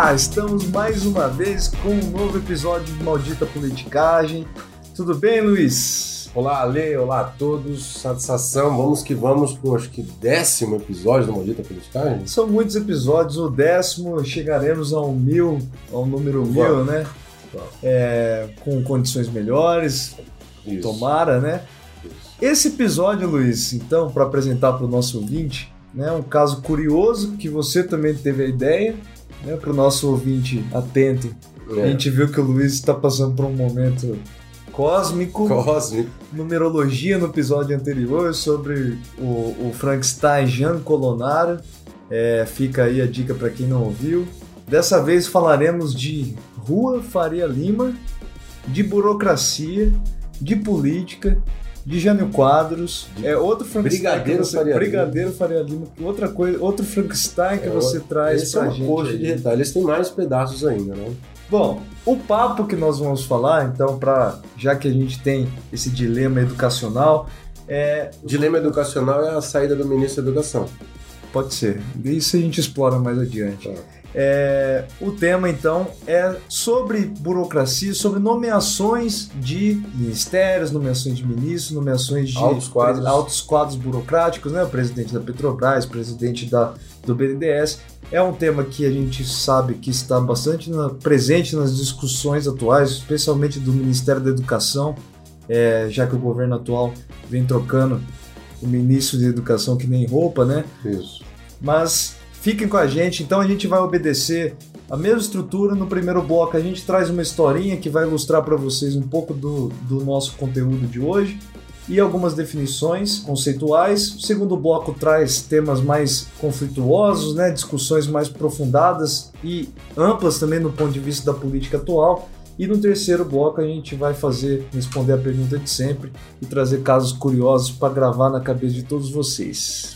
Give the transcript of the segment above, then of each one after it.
Olá, estamos mais uma vez com um novo episódio de Maldita Politicagem. Tudo bem, Luiz? Olá, Ale, olá a todos, satisfação, vamos que vamos para o, acho que 10º episódio do Maldita Politicagem. São muitos episódios, o 10º, chegaremos ao número 1000, né? Com condições melhores, Isso. Tomara, né? Isso. Esse episódio, Luiz, então, para apresentar para o nosso ouvinte, né, um caso curioso que você também teve a ideia, né, para o nosso ouvinte atento. A gente viu que o Luiz está passando por um momento cósmico. Numerologia no episódio anterior sobre o Frankenstein Jean Colonaro. Fica aí a dica para quem não ouviu. Dessa vez falaremos de Rua Faria Lima, de burocracia, de política, de Jânio Quadros, outro Frankenstein. Brigadeiro Faria Lima, outra coisa, outro Frankenstein que você traz pra gente. Coxa de retalhos, tem mais pedaços ainda, né? Bom, o papo que nós vamos falar, então, já que a gente tem esse dilema educacional, Dilema educacional é a saída do ministro da Educação. Pode ser, isso a gente explora mais adiante. O tema, então, é sobre burocracia, sobre nomeações de ministérios, nomeações de ministros, nomeações de altos quadros burocráticos, né? O presidente da Petrobras, presidente do BNDES. É um tema que a gente sabe que está bastante presente nas discussões atuais, especialmente do Ministério da Educação, já que o governo atual vem trocando o ministro de Educação que nem roupa, né? Isso. Mas fiquem com a gente, então a gente vai obedecer a mesma estrutura. No primeiro bloco a gente traz uma historinha que vai ilustrar para vocês um pouco do nosso conteúdo de hoje e algumas definições conceituais. O segundo bloco traz temas mais conflituosos, né? Discussões mais aprofundadas e amplas também no ponto de vista da política atual. E no terceiro bloco a gente vai responder a pergunta de sempre e trazer casos curiosos para gravar na cabeça de todos vocês.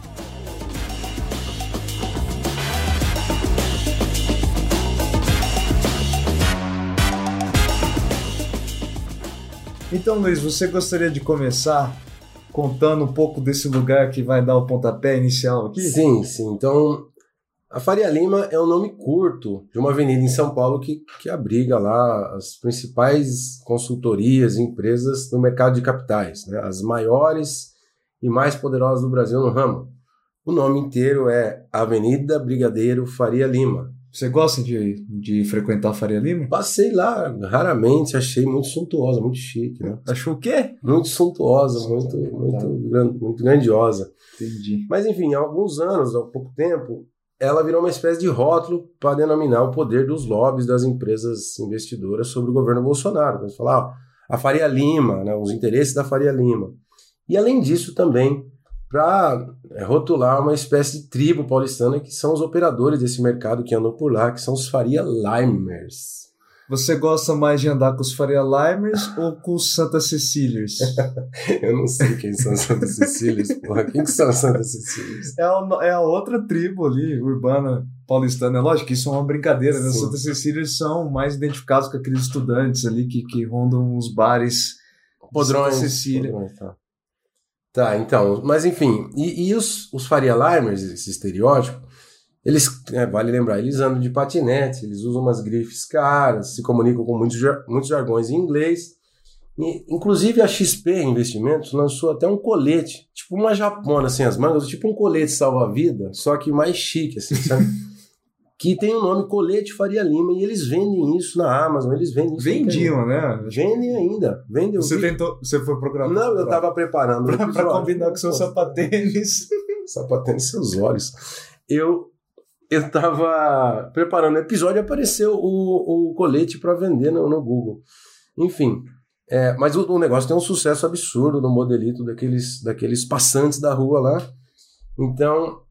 Então, Luiz, você gostaria de começar contando um pouco desse lugar que vai dar o pontapé inicial aqui? Sim. Então, a Faria Lima é um nome curto de uma avenida em São Paulo que abriga lá as principais consultorias e empresas do mercado de capitais, né? As maiores e mais poderosas do Brasil no ramo. O nome inteiro é Avenida Brigadeiro Faria Lima. Você gosta de frequentar a Faria Lima? Passei lá, raramente, achei muito suntuosa, muito chique, né? Achou o quê? Muito suntuosa, muito grandiosa. Entendi. Mas enfim, há alguns anos, há pouco tempo, ela virou uma espécie de rótulo para denominar o poder dos lobbies das empresas investidoras sobre o governo Bolsonaro. Então, falar a Faria Lima, né, os interesses da Faria Lima. E além disso também, para rotular uma espécie de tribo paulistana que são os operadores desse mercado que andam por lá, que são os Faria Limers. Você gosta mais de andar com os Faria Limers ou com os Santa Cecílias? Eu não sei quem são os Santa Cecílias, porra. Quem que são os Santa Cecílias? É a outra tribo ali, urbana paulistana. É lógico que isso é uma brincadeira, né? Os Santa Cecílias são mais identificados com aqueles estudantes ali que rondam os bares podrões. Santa Cecília. Tá, então, mas enfim, e os Faria Limers, esse estereótipo, eles, vale lembrar, eles andam de patinete, eles usam umas grifes caras, se comunicam com muitos jargões em inglês, e, inclusive a XP Investimentos lançou até um colete, tipo uma japona, assim, as mangas, tipo um colete salva-vida, só que mais chique, assim, sabe? Que tem o nome Colete Faria Lima, e eles vendem isso na Amazon, eles vendem isso. Vendiam, né? Vendem ainda. Você foi programado? Não, eu estava preparando para combinar com seus sapatênis. Sapatênis seus olhos. Eu estava preparando o episódio e apareceu o colete para vender no Google. Enfim, mas o negócio tem um sucesso absurdo no modelito daqueles passantes da rua lá. Então,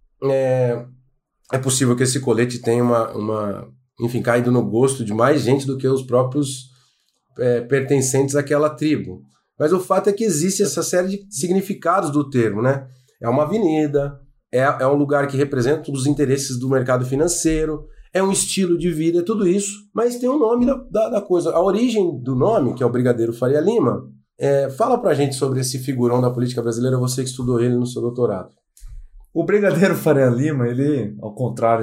é possível que esse colete tenha enfim, caído no gosto de mais gente do que os próprios pertencentes àquela tribo. Mas o fato é que existe essa série de significados do termo, né? É uma avenida, é um lugar que representa os interesses do mercado financeiro, é um estilo de vida, é tudo isso, mas tem um nome da coisa. A origem do nome, que é o Brigadeiro Faria Lima, fala pra gente sobre esse figurão da política brasileira, você que estudou ele no seu doutorado. O Brigadeiro Faria Lima, ele, ao contrário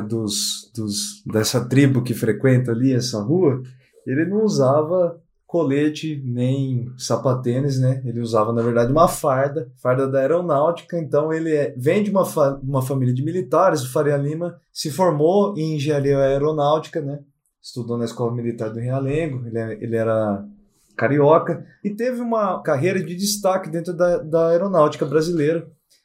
dessa tribo que frequenta ali essa rua, ele não usava colete nem sapatênis, né? Ele usava, na verdade, uma farda da aeronáutica. Então, ele vem de uma família de militares. O Faria Lima se formou em engenharia aeronáutica, né? Estudou na Escola Militar do Realengo. Ele era carioca e teve uma carreira de destaque dentro da aeronáutica brasileira,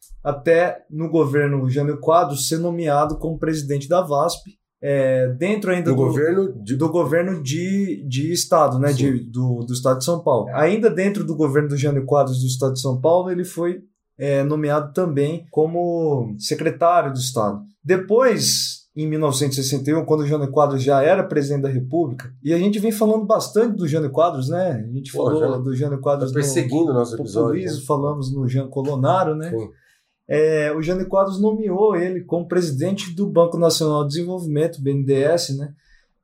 até no governo Jânio Quadros ser nomeado como presidente da VASP, dentro ainda do governo de Estado, né, do Estado de São Paulo. Ainda dentro do governo do Jânio Quadros do Estado de São Paulo, ele foi nomeado também como secretário do Estado. Depois, em 1961, quando o Jânio Quadros já era presidente da República, e a gente vem falando bastante do Jânio Quadros, né? A gente falou do Jânio Quadros perseguindo o nosso episódio. Né? Falamos no Jean Colonaro, né? Sim. O Jânio Quadros nomeou ele como presidente do Banco Nacional de Desenvolvimento, BNDES, né?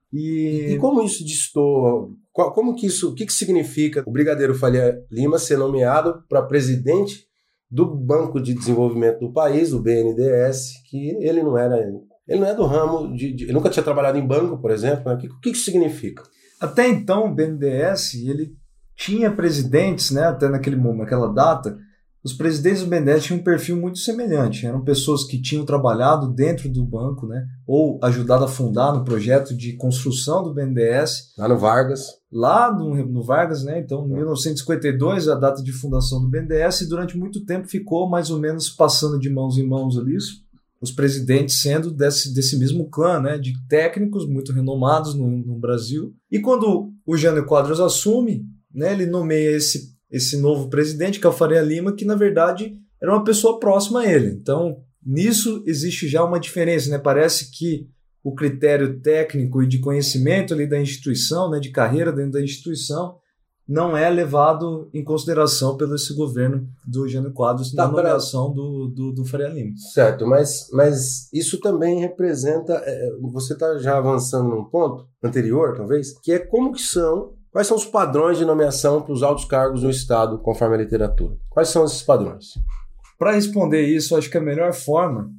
E como isso distou? O que significa o Brigadeiro Faria Lima ser nomeado para presidente do Banco de Desenvolvimento do país, o BNDES, que ele não é do ramo ele nunca tinha trabalhado em banco, por exemplo, né? O que isso significa? Até então, o BNDES, ele tinha presidentes, né? Até naquela data, os presidentes do BNDES tinham um perfil muito semelhante. Eram pessoas que tinham trabalhado dentro do banco, né? Ou ajudado a fundar no projeto de construção do BNDES. Lá no Vargas. Lá no Vargas, né? Então, em 1952, a data de fundação do BNDES, e durante muito tempo ficou mais ou menos passando de mãos em mãos ali, os presidentes sendo desse mesmo clã, né? De técnicos muito renomados no Brasil. E quando o Jânio Quadros assume, né? Ele nomeia esse novo presidente, que é o Faria Lima, que na verdade era uma pessoa próxima a ele. Então, nisso existe já uma diferença, né? Parece que o critério técnico e de conhecimento ali da instituição, né, de carreira dentro da instituição, não é levado em consideração pelo esse governo do Jânio Quadros na nomeação do Faria Lima. Certo, mas isso também representa, você está já avançando num ponto anterior, talvez, que é quais são os padrões de nomeação para os altos cargos no Estado, conforme a literatura? Quais são esses padrões? Para responder isso, acho que a melhor forma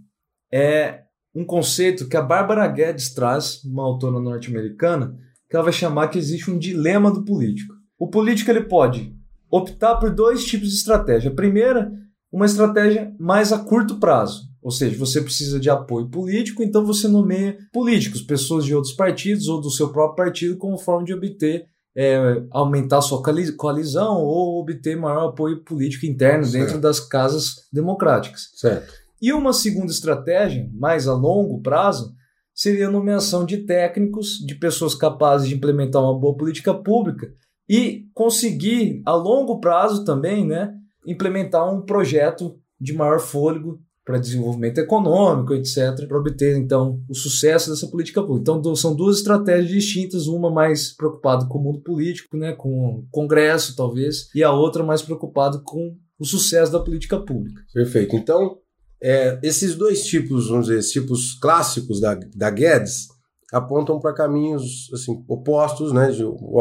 é um conceito que a Bárbara Guedes traz, uma autora norte-americana, que ela vai chamar que existe um dilema do político. O político ele pode optar por dois tipos de estratégia. A primeira, uma estratégia mais a curto prazo, ou seja, você precisa de apoio político, então você nomeia políticos, pessoas de outros partidos ou do seu próprio partido como forma de obter aumentar sua coalizão ou obter maior apoio político interno dentro das casas democráticas. Certo. E uma segunda estratégia, mais a longo prazo, seria a nomeação de técnicos, de pessoas capazes de implementar uma boa política pública e conseguir, a longo prazo também, né, implementar um projeto de maior fôlego para desenvolvimento econômico, etc., para obter, então, o sucesso dessa política pública. Então, são duas estratégias distintas, uma mais preocupada com o mundo político, né, com o Congresso, talvez, e a outra mais preocupada com o sucesso da política pública. Perfeito. Então, esses dois tipos, vamos dizer, tipos clássicos da Guedes, apontam para caminhos assim, opostos, né?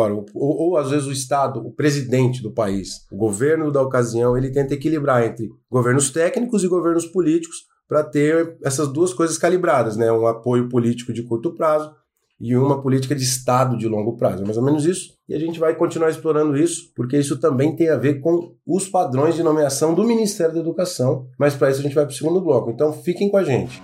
Ou às vezes o Estado, o presidente do país, o governo da ocasião, ele tenta equilibrar entre governos técnicos e governos políticos para ter essas duas coisas calibradas, né? Um apoio político de curto prazo e uma política de Estado de longo prazo. É mais ou menos isso. E a gente vai continuar explorando isso, porque isso também tem a ver com os padrões de nomeação do Ministério da Educação. Mas para isso a gente vai para o segundo bloco. Então fiquem com a gente.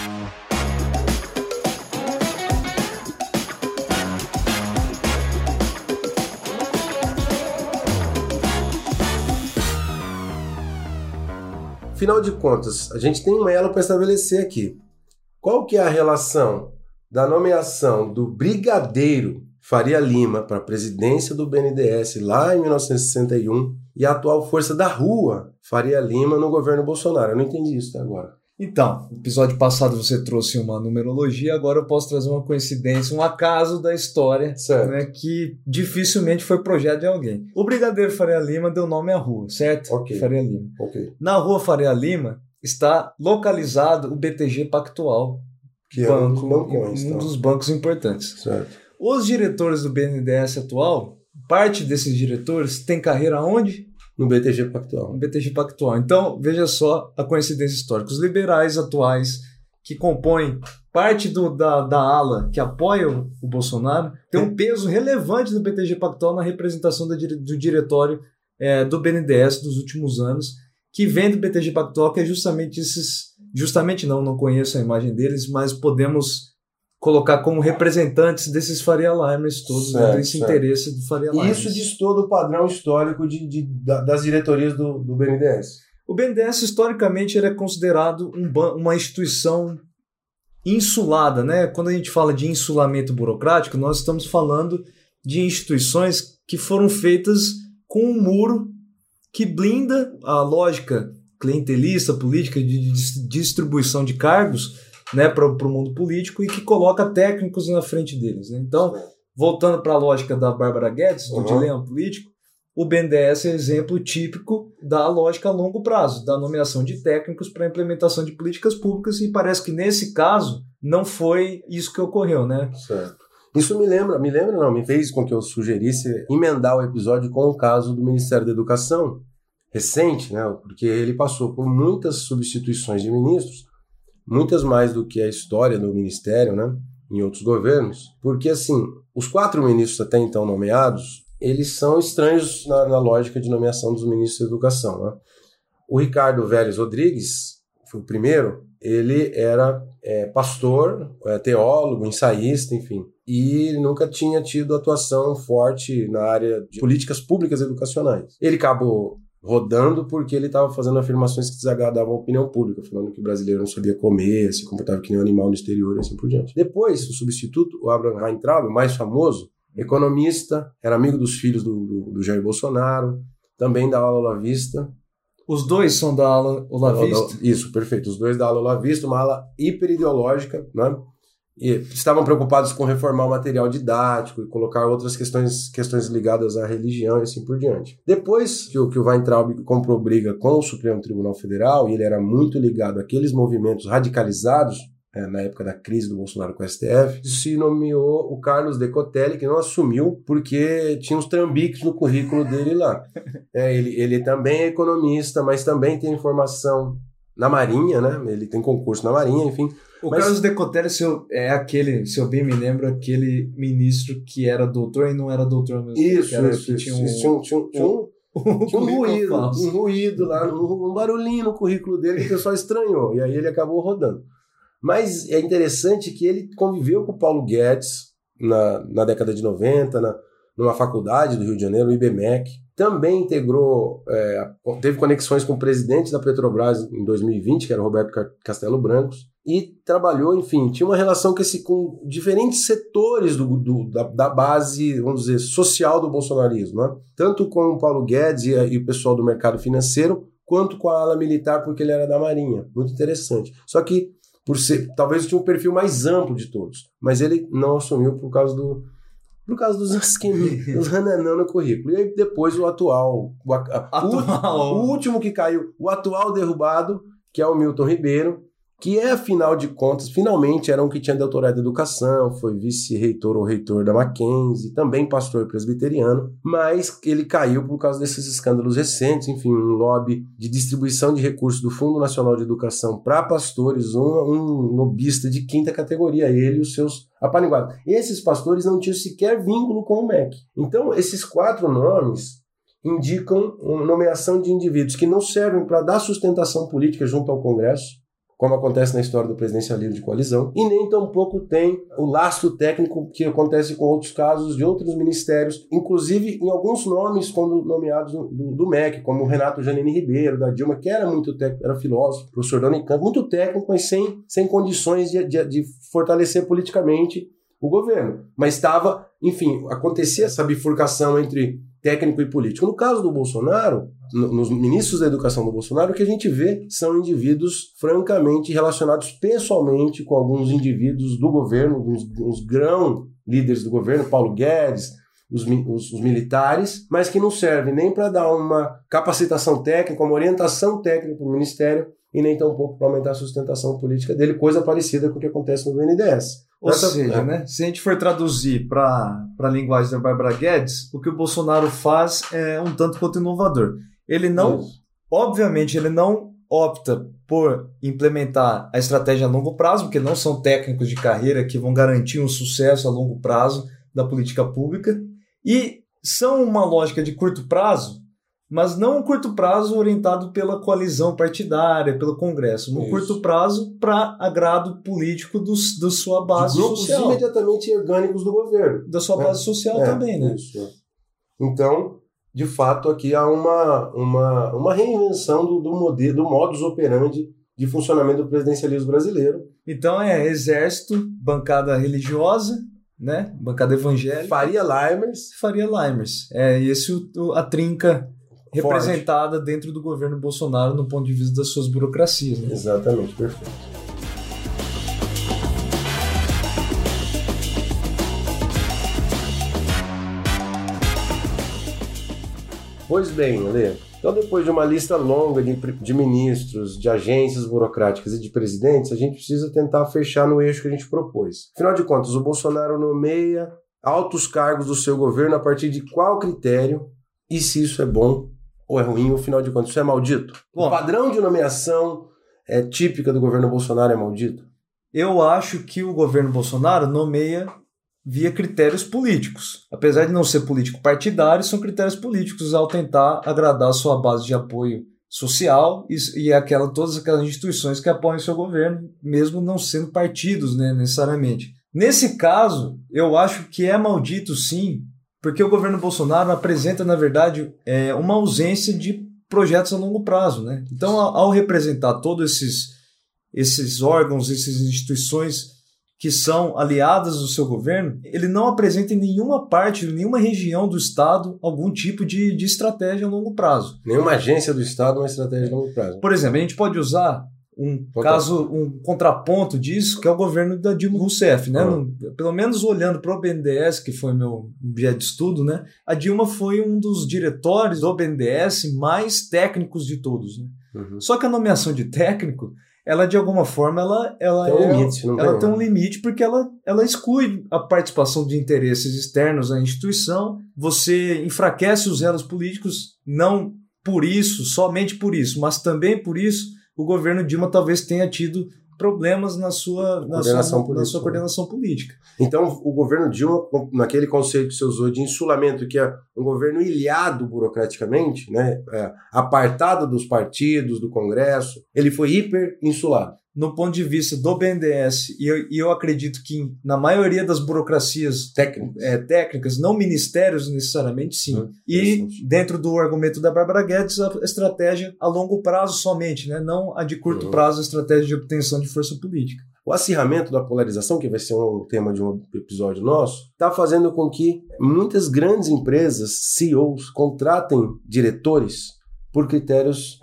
Afinal de contas, a gente tem um elo para estabelecer aqui. Qual que é a relação da nomeação do Brigadeiro Faria Lima para a presidência do BNDES lá em 1961 e a atual força da rua Faria Lima no governo Bolsonaro? Eu não entendi isso até agora. Então, no episódio passado você trouxe uma numerologia, agora eu posso trazer uma coincidência, um acaso da história, né, que dificilmente foi projeto de alguém. O Brigadeiro Faria Lima deu nome à rua, certo? Ok. Faria Lima. Ok. Na rua Faria Lima está localizado o BTG Pactual, que é um dos bancos importantes. Certo. Os diretores do BNDES atual, parte desses diretores tem carreira onde? No BTG Pactual. No BTG Pactual. Então, veja só a coincidência histórica. Os liberais atuais que compõem parte da ala que apoia o Bolsonaro tem um peso relevante no BTG Pactual na representação do diretório do BNDES dos últimos anos, que vem do BTG Pactual, que é justamente esses... Justamente não conheço a imagem deles, mas podemos colocar como representantes desses Faria Limers todos, né, desse interesse do Faria Limers. Isso diz todo o padrão histórico das diretorias do BNDES. O BNDES, historicamente, ele é considerado uma instituição insulada, né? Quando a gente fala de insulamento burocrático, nós estamos falando de instituições que foram feitas com um muro que blinda a lógica clientelista, política, de distribuição de cargos, né, para o mundo político, e que coloca técnicos na frente deles, né? Então, voltando para a lógica da Bárbara Guedes, do dilema político, o BNDES é exemplo típico da lógica a longo prazo, da nomeação de técnicos para a implementação de políticas públicas, e parece que nesse caso não foi isso que ocorreu, né? Certo. Isso me fez com que eu sugerisse emendar o episódio com o caso do Ministério da Educação, recente, né? Porque ele passou por muitas substituições de ministros, muitas mais do que a história do Ministério, né? Em outros governos, porque assim, os 4 ministros até então nomeados, eles são estranhos na lógica de nomeação dos ministros da Educação, né? O Ricardo Vélez Rodrigues foi o primeiro. Ele era pastor, teólogo, ensaísta, enfim, e nunca tinha tido atuação forte na área de políticas públicas educacionais. Ele acabou rodando porque ele estava fazendo afirmações que desagradavam a opinião pública, falando que o brasileiro não sabia comer, se comportava que nem um animal no exterior e assim por diante. Depois, o substituto, o Abraham Weintraub, o mais famoso, economista, era amigo dos filhos do Jair Bolsonaro, também da ala olavista. Os dois são da ala olavista? Isso, perfeito. Os dois da ala olavista, uma ala hiperideológica, né? E estavam preocupados com reformar o material didático e colocar outras questões ligadas à religião e assim por diante. Depois que o Weintraub comprou briga com o Supremo Tribunal Federal, e ele era muito ligado àqueles movimentos radicalizados, na época da crise do Bolsonaro com o STF, se nomeou o Carlos Decotelli, que não assumiu porque tinha uns trambiques no currículo dele lá. Ele também é economista, mas também tem formação na Marinha, né? Ele tem concurso na Marinha, enfim. Carlos Decotelli é aquele, se eu bem me lembro, aquele ministro que era doutor e não era doutor mesmo. Isso. Tinha um ruído lá, um barulhinho no currículo dele que o pessoal estranhou, e aí ele acabou rodando. Mas é interessante que ele conviveu com o Paulo Guedes na década de 90, numa faculdade do Rio de Janeiro, o IBMEC. Também teve conexões com o presidente da Petrobras em 2020, que era o Roberto Castelo Brancos, e trabalhou, enfim, tinha uma relação com diferentes setores da base, vamos dizer, social do bolsonarismo, né? Tanto com o Paulo Guedes e o pessoal do mercado financeiro, quanto com a ala militar, porque ele era da Marinha. Muito interessante. Só que, talvez tinha um perfil mais amplo de todos, mas ele não assumiu por causa dos esquemas, dos rananã no currículo. E aí depois o atual. O último que caiu, o atual derrubado, que é o Milton Ribeiro, que afinal de contas, finalmente era um que tinha doutorado em educação, foi vice-reitor ou reitor da Mackenzie, também pastor presbiteriano, mas ele caiu por causa desses escândalos recentes, enfim, um lobby de distribuição de recursos do Fundo Nacional de Educação para pastores, um lobista de 5ª categoria, ele e os seus apaniguados. Esses pastores não tinham sequer vínculo com o MEC. Então, esses 4 nomes indicam uma nomeação de indivíduos que não servem para dar sustentação política junto ao Congresso, como acontece na história do presidencialismo de coalizão, e nem tampouco tem o lastro técnico que acontece com outros casos de outros ministérios, inclusive em alguns nomes quando nomeados do MEC, como o Renato Janine Ribeiro, da Dilma, que era muito técnico, era filósofo, professor da Unicamp, muito técnico, mas sem condições de fortalecer politicamente o governo. Mas estava, enfim, acontecia essa bifurcação entre técnico e político. No caso do Bolsonaro, nos ministros da educação do Bolsonaro, o que a gente vê são indivíduos francamente relacionados pessoalmente com alguns indivíduos do governo, uns grão líderes do governo, Paulo Guedes, os militares, mas que não servem nem para dar uma capacitação técnica, uma orientação técnica para o ministério, e nem tampouco para aumentar a sustentação política dele, coisa parecida com o que acontece no BNDES. Ou seja, né, se a gente for traduzir para a linguagem da Bárbara Guedes, o que o Bolsonaro faz é um tanto quanto inovador. ele não, obviamente, ele não opta por implementar a estratégia a longo prazo, porque não são técnicos de carreira que vão garantir um sucesso a longo prazo da política pública, e são uma lógica de curto prazo, mas não um curto prazo orientado pela coalizão partidária, pelo Congresso, um curto prazo para agrado político da sua base de grupos social. Imediatamente orgânicos do governo. Da sua base social também, né? Isso. Então, de fato, aqui há uma reinvenção do modus operandi de funcionamento do presidencialismo brasileiro. Então exército, bancada religiosa, né? Bancada evangélica. Faria Limers. Esse a trinca representada dentro do governo Bolsonaro no ponto de vista das suas burocracias. Né? Exatamente, perfeito. Pois bem, Ale, então depois de uma lista longa de ministros, de agências burocráticas e de presidentes, a gente precisa tentar fechar no eixo que a gente propôs. Afinal de contas, o Bolsonaro nomeia altos cargos do seu governo a partir de qual critério e se isso é bom ou é ruim, ou afinal de contas, isso é maldito? Bom, o padrão de nomeação típica do governo Bolsonaro é maldito? Eu acho que o governo Bolsonaro nomeia via critérios políticos. Apesar de não ser político partidário, são critérios políticos ao tentar agradar a sua base de apoio social e todas aquelas instituições que apoiam o seu governo, mesmo não sendo partidos, né, necessariamente. Nesse caso, eu acho que é maldito sim, porque o governo Bolsonaro apresenta, na verdade, uma ausência de projetos a longo prazo. Né? Então, ao representar todos esses órgãos, essas instituições que são aliadas do seu governo, ele não apresenta em nenhuma parte, em nenhuma região do Estado, algum tipo de estratégia a longo prazo. Nenhuma agência do Estado uma estratégia a longo prazo. Por exemplo, a gente pode usar um contraponto disso, que é o governo da Dilma Rousseff, né? Pelo menos olhando para o BNDES, que foi meu objeto de estudo, né? A Dilma foi um dos diretores do BNDES mais técnicos de todos. Né? Uhum. Só que a nomeação de técnico, ela de alguma forma, ela tem um limite, porque ela exclui a participação de interesses externos à instituição, você enfraquece os elos políticos, não por isso, somente por isso, mas também por isso, o governo Dilma talvez tenha tido problemas na sua coordenação política. Então, o governo Dilma, naquele conceito que você usou de insulamento, que é um governo ilhado burocraticamente, né, apartado dos partidos, do Congresso, ele foi hiper insulado. No ponto de vista do BNDES, e eu acredito que na maioria das burocracias técnicas, não ministérios necessariamente, sim. E dentro do argumento da Bárbara Guedes, a estratégia a longo prazo somente, né? Não a de curto prazo, a estratégia de obtenção de força política. O acirramento da polarização, que vai ser um tema de um episódio nosso, está fazendo com que muitas grandes empresas, CEOs, contratem diretores por critérios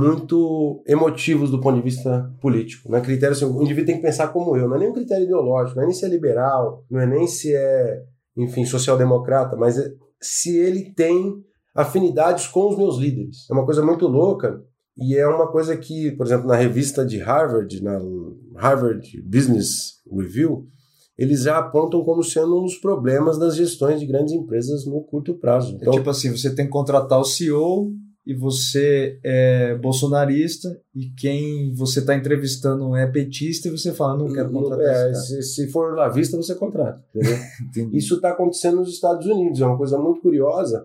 muito emotivos do ponto de vista político. Né? Critérios, o indivíduo tem que pensar como eu, não é nem um critério ideológico, não é nem se é liberal, não é nem se é, enfim, social-democrata, mas se ele tem afinidades com os meus líderes. É uma coisa muito louca e é uma coisa que, por exemplo, na revista de Harvard, na Harvard Business Review, eles já apontam como sendo um dos problemas das gestões de grandes empresas no curto prazo. Então, tipo assim, você tem que contratar o CEO e você é bolsonarista e quem você está entrevistando é petista e você fala, não quero contratar esse cara. Se for lavista, você contrata. Entendeu? Isso está acontecendo nos Estados Unidos. É uma coisa muito curiosa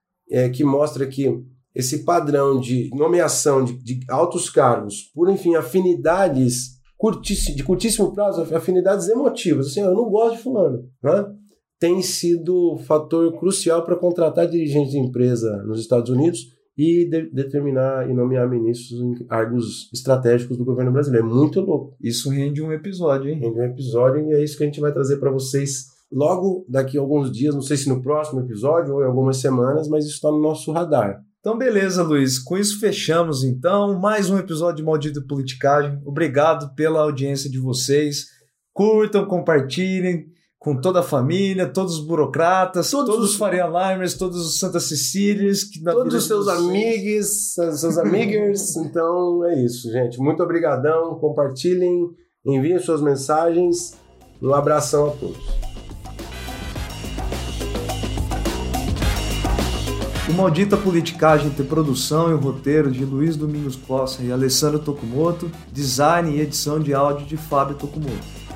que mostra que esse padrão de nomeação de altos cargos por, enfim, afinidades de curtíssimo prazo, afinidades emotivas. Assim, eu não gosto de fulano, né? Tem sido fator crucial para contratar dirigentes de empresa nos Estados Unidos e determinar e nomear ministros em cargos estratégicos do governo brasileiro. É muito louco. Isso rende um episódio, hein? Rende um episódio e é isso que a gente vai trazer para vocês logo daqui a alguns dias, não sei se no próximo episódio ou em algumas semanas, mas isso está no nosso radar. Então, beleza, Luiz. Com isso, fechamos, então, mais um episódio de Maldita Politicagem. Obrigado pela audiência de vocês. Curtam, compartilhem com toda a família, todos os burocratas, todos os Faria Limers, todos os Santa Cecílias. Todos os seus amigos, seus amigos. Então, é isso, gente. Muito obrigadão. Compartilhem, enviem suas mensagens. Um abração a todos. O Maldita Politicagem tem produção e o roteiro de Luiz Domingos Costa e Alessandro Tokumoto, design e edição de áudio de Fábio Tokumoto.